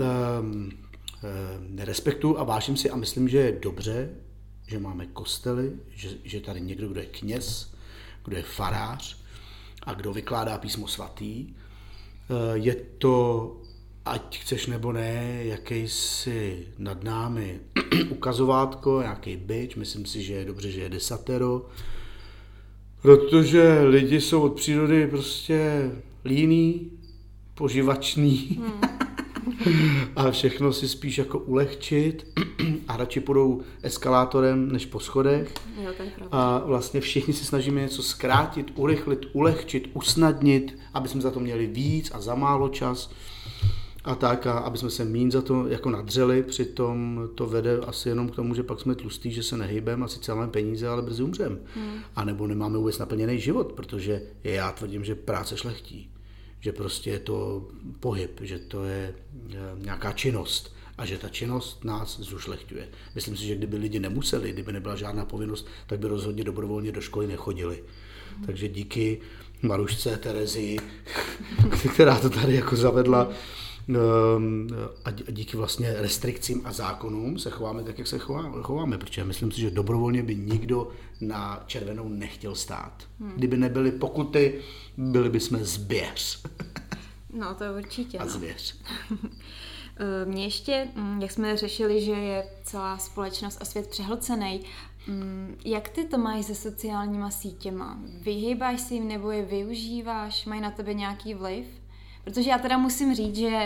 respektuju a vážím si a myslím, že je dobře, že máme kostely, že tady někdo, kdo je kněz, kdo je farář a kdo vykládá písmo svatý. Je to, ať chceš nebo ne, jakýsi nad námi ukazovátko, nějaký bič, myslím si, že je dobře, že je desatero, protože lidi jsou od přírody prostě líní, poživačný a všechno si spíš jako ulehčit a radši půjdou eskalátorem než po schodech. Jo, to je pravda. A vlastně všichni si snažíme něco zkrátit, urychlit, ulehčit, usnadnit, aby jsme za to měli víc a za málo čas a tak, a aby jsme se míň za to jako nadřeli, přitom to vede asi jenom k tomu, že pak jsme tlustí, že se nehejbeme a sice máme peníze, ale brzy umřeme. A nebo nemáme vůbec naplněný život, protože já tvrdím, že práce šlechtí. Že prostě je to pohyb, že to je nějaká činnost a že ta činnost nás zušlechťuje. Myslím si, že kdyby lidi nemuseli, kdyby nebyla žádná povinnost, tak by rozhodně dobrovolně do školy nechodili. Takže díky Marušce Terezii, která to tady jako zavedla, a díky vlastně restrikcím a zákonům se chováme tak, jak se chováme, protože myslím si, že dobrovolně by nikdo na červenou nechtěl stát. Kdyby nebyly pokuty, byli bychom zběř. No to určitě. A zvěř. Mě ještě, jak jsme řešili, že je celá společnost a svět přehlcený, jak ty to máš se sociálníma sítěma? Vyhýbáš si jim nebo je využíváš? Mají na tebe nějaký vliv? Protože já teda musím říct, že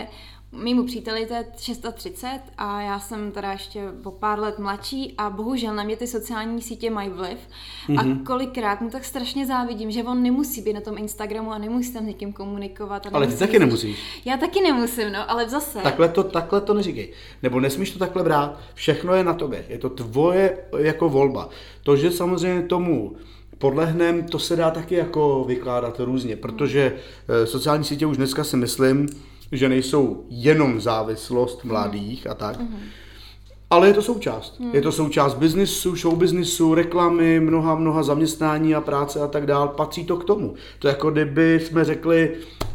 Mému příteli to je 630 a já jsem teda ještě o pár let mladší a bohužel na mě ty sociální sítě mají vliv a kolikrát mu tak strašně závidím, že on nemusí být na tom Instagramu a nemusí tam s někým komunikovat. Ale ty taky nemusíš. Já taky nemusím, no, ale zase. Takhle to neříkej. Nebo nesmíš to takhle brát, všechno je na tobě, je to tvoje jako volba. To, že samozřejmě tomu podlehnem, to se dá taky jako vykládat různě, protože sociální sítě už dneska si myslím, že nejsou jenom závislost mladých a tak, ale je to součást. Je to součást biznisu, showbiznisu, reklamy, mnoha zaměstnání a práce a tak dál. Patří to k tomu. To jako kdyby jsme řekli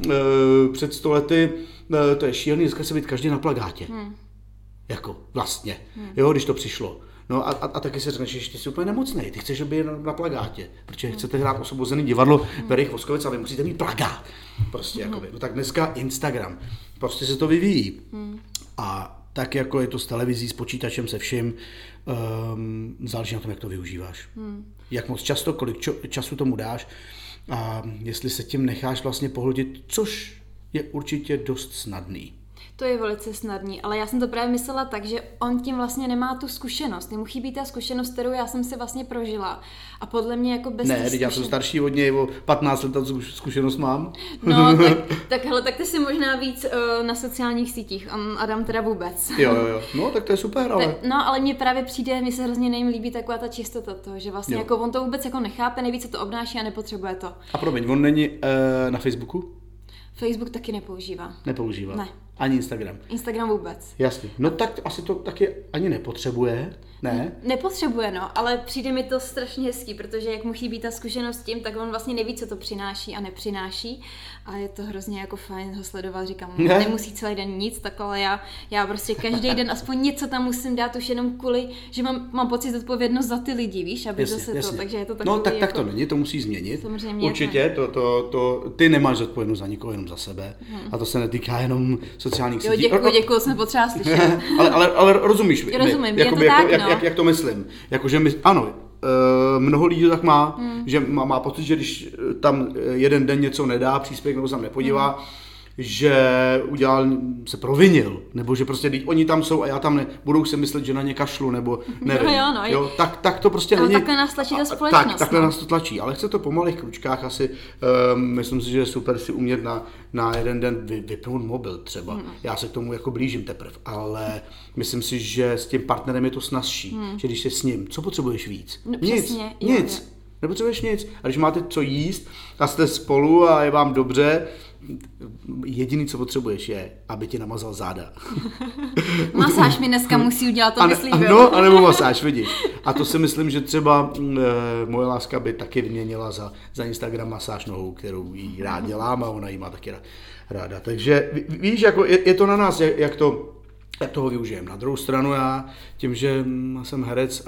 před 100 lety, to je šílený, dneska se být každý na plakátě. Jako vlastně, jo, když to přišlo. No a taky se řekneš, že ty jsi úplně nemocnej, ty chceš být na plakátě, protože chcete hrát osvobozený divadlo Verich Voskovec a vy musíte mít plakát. Prostě jakoby. No tak dneska Instagram, prostě se to vyvíjí. A tak jako je to s televizí, s počítačem, se vším, záleží na tom, jak to využíváš. Jak moc často, kolik času tomu dáš a jestli se tím necháš vlastně pohltit, což je určitě dost snadný. To je velice snadný, ale já jsem to právě myslela tak, že on tím vlastně nemá tu zkušenost. Jemu chybí ta zkušenost, kterou já jsem si vlastně prožila. A podle mě jako bez Ne, já jsem starší od něj, o 15 let zkušenost mám. No, tak ty jsi možná víc na sociálních sítích, Adam teda vůbec. Jo. No, tak to je super, ale... No, ale mně právě přijde, mně se hrozně líbí taková ta čistota toho, že vlastně jako on to vůbec jako nechápe, neví, co to obnáší a nepotřebuje to. A promiň, on není na Facebooku? Facebook taky nepoužívá. Nepoužívá? Ne. Ani Instagram? Instagram vůbec. Jasně. No tak asi to taky ani nepotřebuje, ne? Nepotřebuje, no, ale přijde mi to strašně hezký, protože jak mu chybí ta zkušenost s tím, tak on vlastně neví, co to přináší a nepřináší a je to hrozně jako fajn ho sledovat, říkám, nemusí celý den nic, tak ale já prostě každý den aspoň něco tam musím dát už jenom kvůli, že mám pocit zodpovědnost za ty lidi, víš, aby jasně, zase jasně. to, takže je to takový. No tak jako... to není, to musí změnit. Samozřejmě. Určitě, to ty nemáš zodpovědnost za nikoho, jenom za sebe a to se netýká jenom sociálních sítí. Děkuji, jsem potřeba slyšet. ale rozumíš, rozumím, je to tak, no. jak to myslím. Jakože ano, mnoho lidí to tak má, že má pocit, že když tam jeden den něco nedá, příspěvek nebo se tam nepodívá, že se provinil, nebo že prostě oni tam jsou a já tam ne, budou si myslet, že na ně kašlu, nebo nevím. Jo, tak to prostě není. Takhle nás tlačí ta společnost. Takhle nás to tlačí, ale chce to po malých kručkách asi. Myslím si, že je super si umět na jeden den vypnout mobil třeba. Já se k tomu jako blížím teprve, ale myslím si, že s tím partnerem je to snazší, že když jsi s ním, co potřebuješ víc? No, nic. Nepotřebuješ nic. A když máte co jíst a jste spolu a je vám dobře, jediný, co potřebuješ, je, aby ti namazal záda. Masáž mi dneska musí udělat, to myslím. No, anebo masáž, vidíš. A to si myslím, že třeba moje láska by taky vyměnila za Instagram masáž nohou, kterou jí rád dělám a ona jí má taky ráda. Takže víš, jako je to na nás, jak toho využijeme. Na druhou stranu já, tím, že jsem herec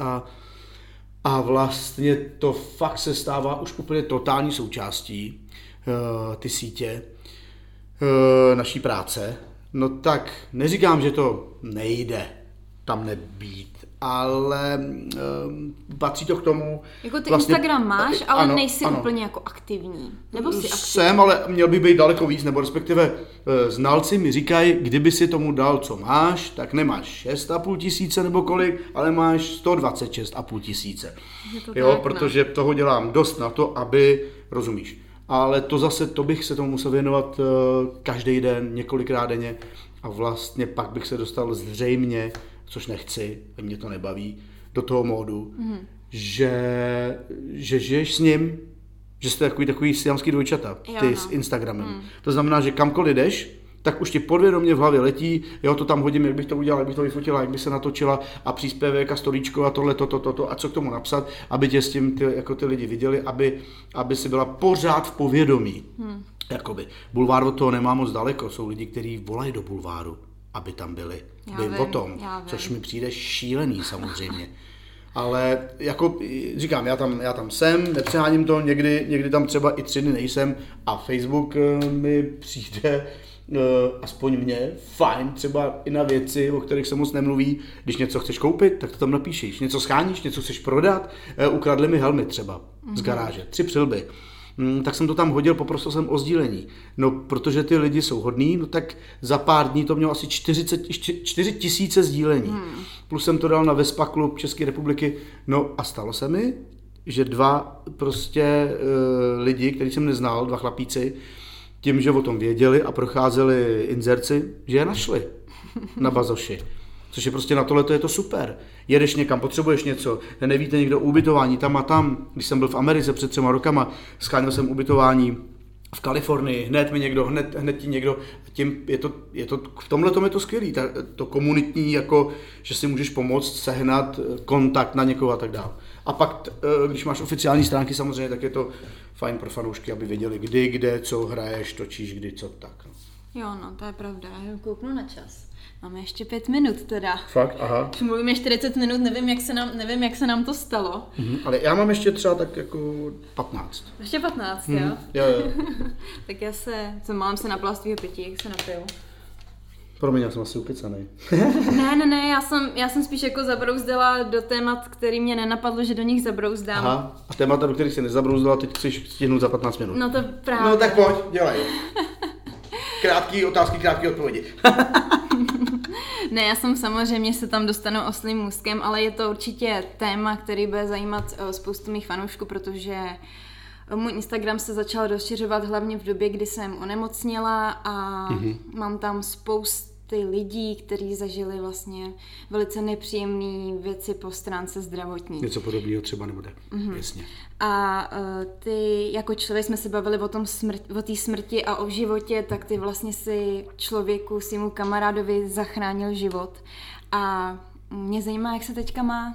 a vlastně to fakt se stává už úplně totální součástí ty sítě naší práce, no tak neříkám, že to nejde tam nebýt, ale patří to k tomu. Jako ty vlastně, Instagram máš, ale ano, nejsi úplně jako aktivní. Nebo jsi aktivní? Jsem, ale měl by být daleko víc, nebo respektive znalci mi říkají, kdyby si tomu dal, co máš, tak nemáš 6,5 tisíce nebo kolik, ale máš 126,5 tisíce. Jo, tak, protože toho dělám dost na to, aby, rozumíš, ale to bych se tomu musel věnovat každý den, několikrát denně a vlastně pak bych se dostal zřejmě, což nechci, mě to nebaví, do toho módu, že žiješ s ním, že jste takový siamský dvojčata, ty s Instagramem. To znamená, že kamkoliv jdeš, tak už ti podvědomě v hlavě letí, jo, to tam hodím, jak bych to udělal, jak bych to vyfotila, jak bych se natočila a příspěvek a storíčko a tohle, to a co k tomu napsat, aby tě s tím ty lidi viděli, aby si byla pořád v povědomí. Jakoby. Bulvár od toho nemá moc daleko, jsou lidi, kteří volají do bulváru, aby tam byli. O tom, což mi přijde šílený samozřejmě. Ale jako říkám, já tam jsem, nepřeháním to, někdy tam třeba i 3 dny nejsem a Facebook mi přijde aspoň mně fajn, třeba i na věci, o kterých se moc nemluví. Když něco chceš koupit, tak to tam napíšeš. Něco scháníš, něco chceš prodat. Ukradli mi helmy třeba z garáže, 3 přilby. tak jsem to tam hodil, poprosil jsem o sdílení. No, protože ty lidi jsou hodní, no tak za pár dní to mělo asi 4 000 sdílení. Plus jsem to dal na Vespa klub České republiky. No a stalo se mi, že 2 prostě lidi, který jsem neznal, 2 chlapíci, tím, že o tom věděli a procházeli inzerci, že je našli na Bazoši. Což je prostě na tohleto je to super. Jedeš někam, potřebuješ něco, nevíte někdo ubytování tam a tam. Když jsem byl v Americe před 3 rokama, scháněl jsem ubytování v Kalifornii, hned ti někdo, tím je to v tomhletom je to skvělý, to komunitní, jako, že si můžeš pomoct sehnat kontakt na někoho a tak dále. A pak, když máš oficiální stránky samozřejmě, tak je to fajn pro fanoušky, aby věděli kdy, kde, co hraješ, točíš, kdy, co, tak. No. Jo, no, to je pravda, já kouknu na čas. Máme ještě 5 minut teda. Fakt, aha. Už mluvíme 40 minut, nevím, jak se nám to stalo. Ale já mám ještě třeba tak jako 15. Ještě 15, jo? Jo. Tak mám se napila z tvýho pití, jak se napiju. Promiň, já jsem asi upicanej. Ne, já jsem spíš jako zabrouzdala do témat, který mě nenapadlo, že do nich zabrouzdám. Aha, a témata, do kterých se nezabrouzdala, teď chceš stihnout za 15 minut. No to právě. No tak pojď, dělej. Krátký otázky, krátké odpovědi. Ne, já jsem samozřejmě se tam dostanu oslým můstkem, ale je to určitě téma, který bude zajímat spoustu mých fanoušků, protože můj Instagram se začal rozšiřovat hlavně v době, kdy jsem onemocněla a mám tam spousty lidí, kteří zažili vlastně velice nepříjemné věci po stránce zdravotní. Něco podobného třeba nebude, jasně. A ty, jako člověk jsme se bavili o té smrti a o životě, tak ty vlastně si člověku, svému kamarádovi zachránil život. A mě zajímá, jak se teďka má.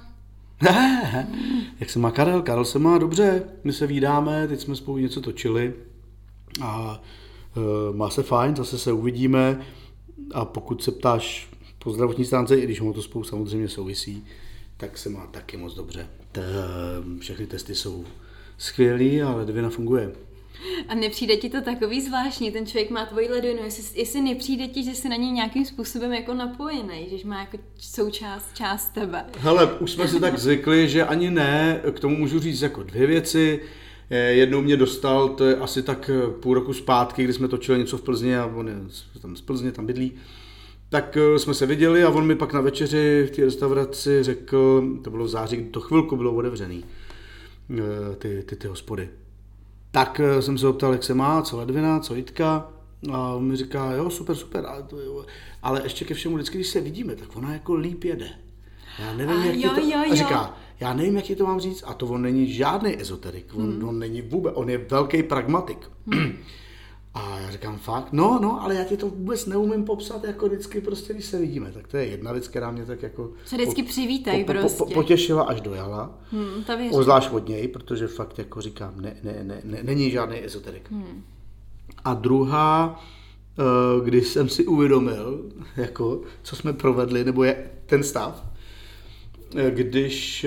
Jak se má Karel? Karel se má dobře, my se vídáme, teď jsme spolu něco točili a má se fajn, zase se uvidíme a pokud se ptáš po zdravotní stránce, i když ono to spolu samozřejmě souvisí, tak se má taky moc dobře. Všechny testy jsou skvělý, ale ledvina funguje. A nepřijde ti to takový zvláštní, ten člověk má tvoji ledvinu, jestli nepřijde ti, že jsi na něj nějakým způsobem jako napojený, že má jako část tebe. Hele, už jsme si tak zvykli, že ani ne, k tomu můžu říct jako 2 věci. Jednou mě dostal, to je asi tak půl roku zpátky, kdy jsme točili něco v Plzni a on je tam z Plzně, tam bydlí. Tak jsme se viděli a on mi pak na večeři v té restauraci řekl, to bylo v září, kdy to chvilku bylo otevřený, ty hospody. Tak jsem se ho ptal, jak se má, co ledvina, co Jitka. A on mi říká, jo, super, ale ještě ke všemu, vždycky, když se vidíme, tak ona jako líp jede. Já nevím, jak a říká, já nevím, jak ti to mám říct, a to on není žádný ezoterik, on není vůbec, on je velký pragmatik. A já říkám, fakt, no, ale já ti to vůbec neumím popsat, jako vždycky prostě, když se vidíme, tak to je jedna věc, která mě tak jako... Se vždycky přivítaj prostě. Potěšila, až dojala, zvlášť od něj, protože fakt jako říkám, není žádný ezoterik. A druhá, když jsem si uvědomil, jako, co jsme provedli, nebo je ten stav, když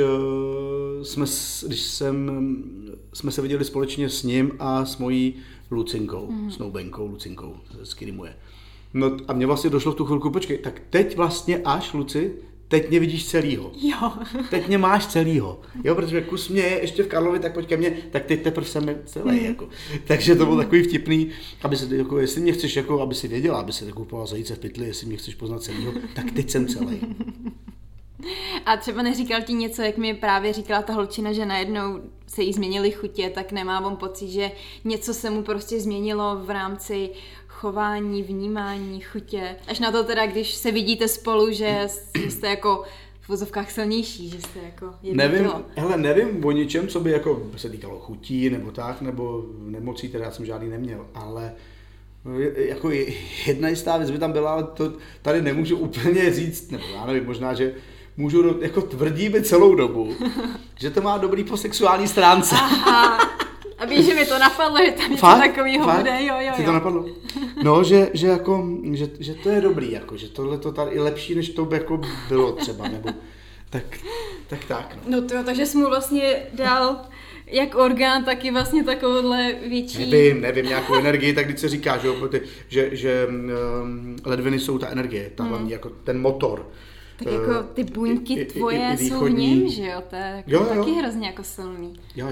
jsme se viděli společně s ním a s mojí Lucinkou, snoubenkou Lucinkou, z Kirymuje. No a mě vlastně došlo v tu chvilku, počkej, tak teď vlastně až, Luci, teď mě vidíš celýho. Jo. Teď mě máš celýho. Jo, protože kus mě je ještě v Karlově, tak pojď ke mně, tak teď teprve jsem celý, jako. Takže to bylo takový vtipný, aby se, jako, jestli mě chceš, jako, aby si věděla, aby se kupovala zajíce v pytli, jestli mě chceš poznat celýho, tak teď jsem celý. A třeba neříkal ti něco, jak mi právě říkala ta holčina, že najednou se jí změnily chutě, tak nemám pocit, že něco se mu prostě změnilo v rámci chování, vnímání, chutě. Až na to teda, když se vidíte spolu, že jste jako v vozovkách silnější, že jste jako nevím o ničem, co by jako se týkalo chutí nebo tak, nebo nemocí, teda já jsem žádný neměl, ale jako jedna jistá věc by tam byla, ale to tady nemůžu úplně říct, nebo já nevím, možná, že můžu, jako tvrdíme celou dobu, že to má dobrý po sexuální stránce. Aha. A víš, že mi to napadlo, že tam něco takového bude, jo. Ti to napadlo? No, že to je dobrý, jako, že tohle to tady je lepší, než to by jako bylo třeba, nebo tak. No to, takže jsi mu vlastně dal jak orgán, tak i vlastně takovouhle větší... Nevím, nějakou energii, tak když se říká, že ledviny jsou ta energie, ta hlavní, jako ten motor. Tak jako ty buňky tvoje jsou v něm, že jo? To je jako taky hrozně jako silný. Jo.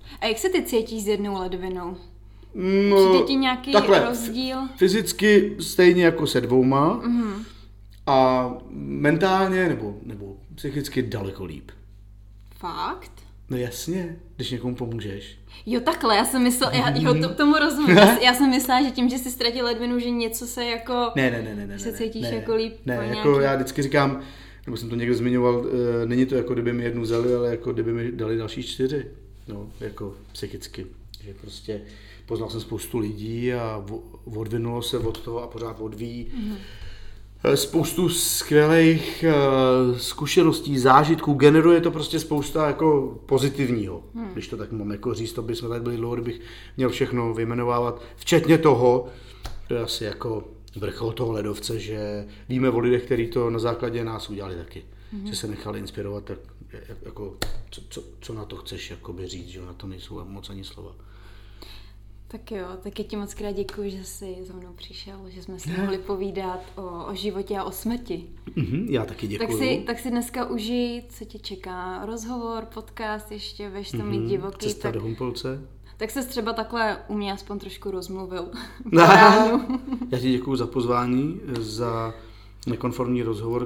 A jak se ty cítíš s jednou ledvinou? No, Přijde ti nějaký rozdíl? Fyzicky stejně jako se 2 a mentálně nebo psychicky daleko líp. Fakt? No jasně, když někomu pomůžeš. Jo, takhle, já jsem myslela, tomu rozumím. Já jsem myslela, že tím, že jsi ztratil ledvinu, že něco se jako... Ne. Se cítíš jako líp. Ne, jako já vždycky říkám, nebo jsem to někde zmiňoval, není to jako kdyby mi jednu vzali, ale jako kdyby mi dali další 4. No, jako psychicky. Že prostě poznal jsem spoustu lidí a odvinulo se od toho a pořád odvíjí. Spoustu skvělých zkušeností, zážitků, generuje to prostě spousta jako pozitivního. Když to tak mám jako říct, to bychom tady byli dlouho, kdybych měl všechno vyjmenovávat, včetně toho, to je asi jako vrchol toho ledovce, že víme o lidech, kteří to na základě nás udělali taky. Že se nechali inspirovat, tak jako, co na to chceš jakoby říct, že na to nejsou moc ani slova. Tak jo, tak já ti moc krát děkuji, že jsi za mnou přišel, že jsme si mohli povídat o životě a o smrti. Já taky děkuji. Tak si dneska užij, co tě čeká. Rozhovor, podcast, ještě veš to mít divoký. Cesta do Humpolce. Tak se třeba takhle u mě aspoň trošku rozmluvil. Já ti děkuji za pozvání, za nekonformní rozhovor,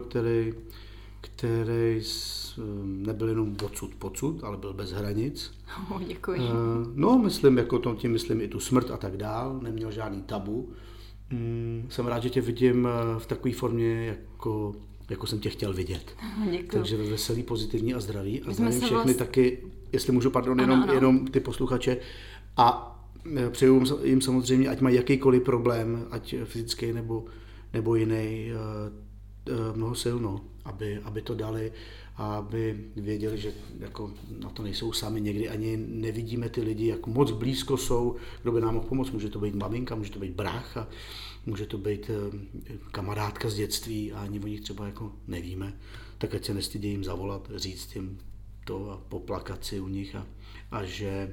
který nebyl jenom pocud, ale byl bez hranic. Děkuji. No, myslím, jako tím myslím i tu smrt a tak dál, neměl žádný tabu. Jsem rád, že tě vidím v takové formě, jako jsem tě chtěl vidět. Děkuji. Takže veselý, pozitivní a zdraví. A zdravím všechny taky, jestli můžu, jenom ty posluchače. A přeju jim samozřejmě, ať mají jakýkoliv problém, ať fyzický nebo jiný, mnoho sil, aby to dali a aby věděli, že jako na to nejsou sami, někdy ani nevidíme ty lidi, jak moc blízko jsou, kdo by nám mohl pomoct. Může to být maminka, může to být brácha, může to být kamarádka z dětství a ani o nich třeba jako nevíme, tak ať se nestydí jim zavolat, říct jim to a poplakat si u nich a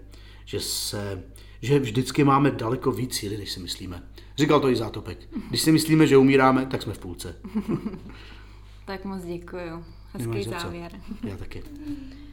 že vždycky máme daleko víc síly, než si myslíme. Říkal to i Zátopek. Když si myslíme, že umíráme, tak jsme v půlce. Tak moc děkuju. Hezký závěr. Já taky.